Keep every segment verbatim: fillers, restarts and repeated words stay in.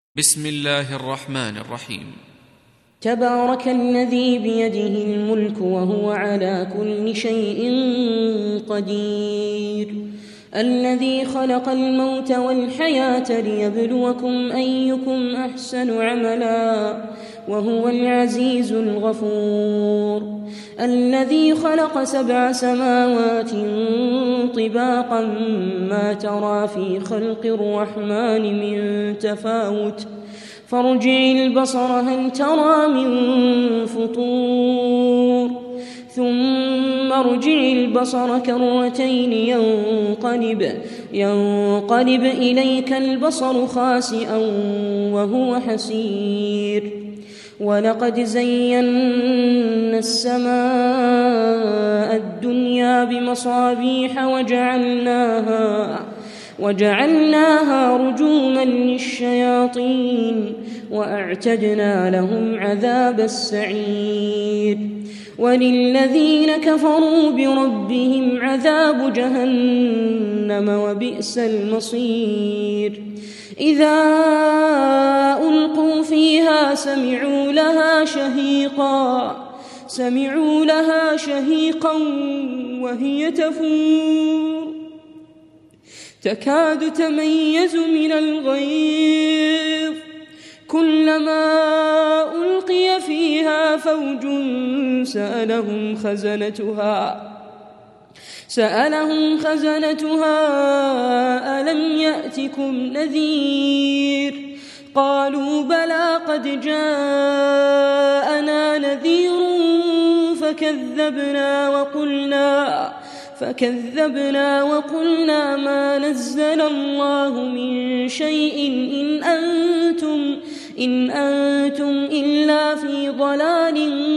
بسم الله الرحمن الرحيم. تبارك الذي بيده الملك وهو على كل شيء قدير، الذي خلق الموت والحياة ليبلوكم أيكم أحسن عملا وهو العزيز الغفور، الذي خلق سبع سماوات طباقا ما ترى في خلق الرحمن من تفاوت فارجع البصر هل ترى من فطور ثم ارجع البصر كرتين ينقلب ينقلب إليك البصر خاسئا وهو حسير، ولقد زينا السماء الدنيا بمصابيح وجعلناها وجعلناها رجوما للشياطين وأعتدنا لهم عذاب السعير، وللذين كفروا بربهم عذاب جهنم وبئس المصير. إذا ألقوا فيها سمعوا لها شهيقا سمعوا لها شهيقا وهي تفور تكاد تميز من الغيظ، كلما ألقي فيها فوج سألهم خزنتها سألهم خزنتها ألم يأتكم نذير؟ قالوا بلى قد جاءنا نذير فكذبنا وقلنا فكذبنا وقلنا ما نزل الله من شيء إن أنتم إن أنتم إلا في ضلال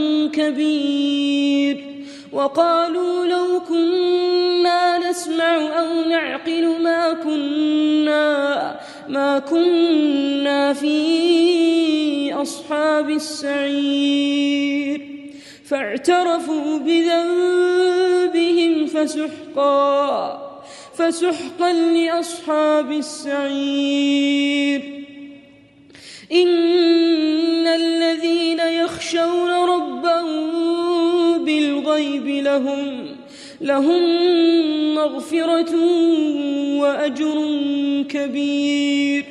كبير. وقالوا لو كنا نسمع أو نعقل ما كنا ما كنا في أصحاب السعير، فاعترفوا بذنبهم فسحقا فسحقا لأصحاب السعير. إن الذين يخشون ربهم بالغيب لهم لهم مغفرة وأجر كبير.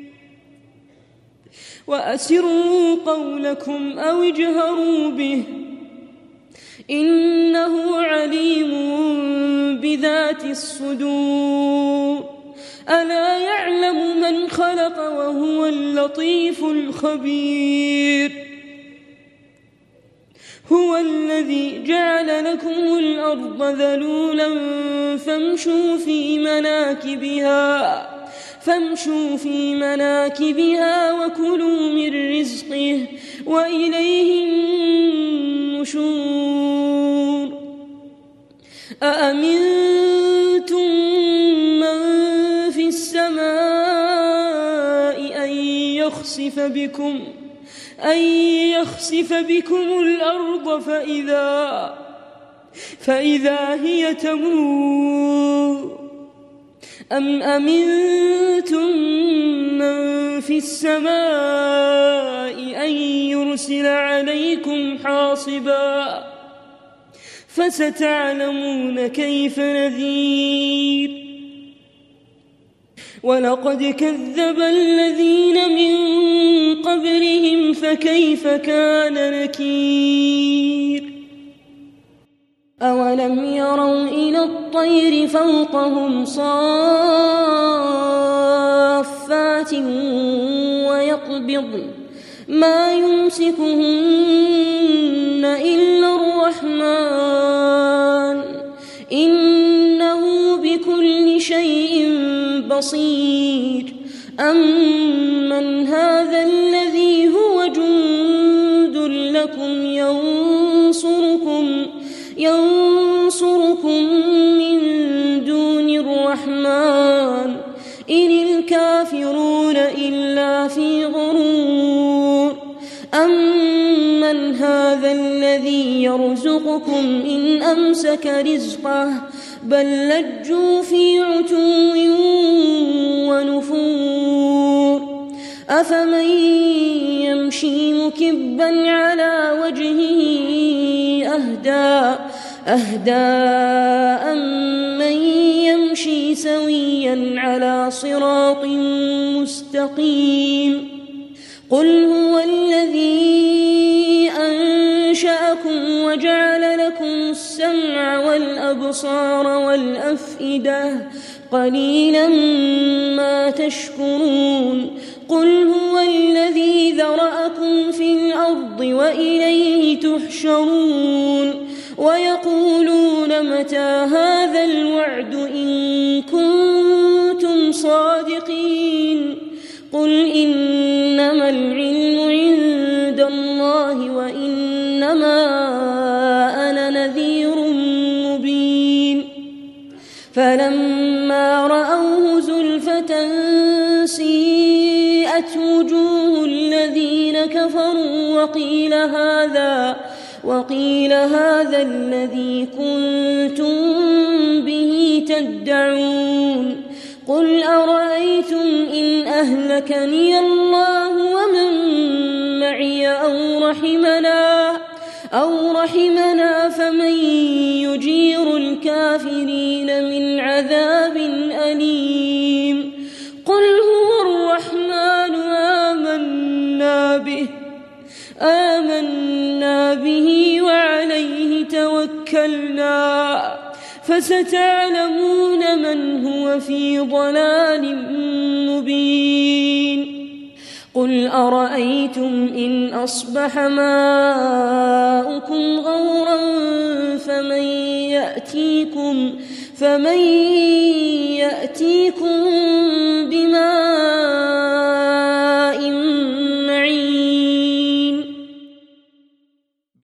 وأسروا قولكم أو اجهروا به إنه عليم بذات الصدور، ألا يعلم من خلق وهو اللطيف الخبير. هو الذي جعل لكم الأرض ذلولا فامشوا في مناكبها فامشوا في مناكبها وكلوا من رزقه وإليه النشور. أأمنتم من في السماء أن يخسف بكم أن يخسف بكم الأرض فإذا فإذا هي تمور، أم أمنتم من في السماء أن يرسل عليكم حاصبا فستعلمون كيف نذير. ولقد كذب الذين من قبلهم فكيف كان نكير. أولم يروا إلى الطير فوقهم صافات ويقبضن ما يمسكهن إلا الرحمن إنه بكل شيء بصير. أمن هذا الذي هو جند لكم ينصركم ينصركم من دون الرحمن إن الكافرون إلا في غرور. أمن هذا الذي يرزقكم إن أمسك رزقه بل لجوا في عتو ونفور. أفمن يمشي مكبا على وجهه أهدى أهدى أمن يمشي سويا على صراط مستقيم قل هو الذي أنشأكم وجعل لكم السمع والأبصار والأفئدة قليلا ما تشكرون قل هو الذي ذرأكم في الأرض وإليه تحشرون ويقولون متى هذا الوعد إن كنتم صادقين قل إنما العلم عند الله وإنما أنا نذير مبين فلما رأوه زلفة سيئت وجوه الذين كفروا وقيل هذا وقيل هذا الذي كنتم به تدعون قل أرأيتم إن أهلكني الله ومن معي أو رحمنا أو رحمنا فمن يجير الكافرين من عذاب أليم قل هو الرحمن آمنا به آمنا به وعليه توكلنا فستعلمون من هو في ضلال مبين قل أرأيتم إن أصبح ماؤكم غورا فمن يأتيكم فمن يأتيكم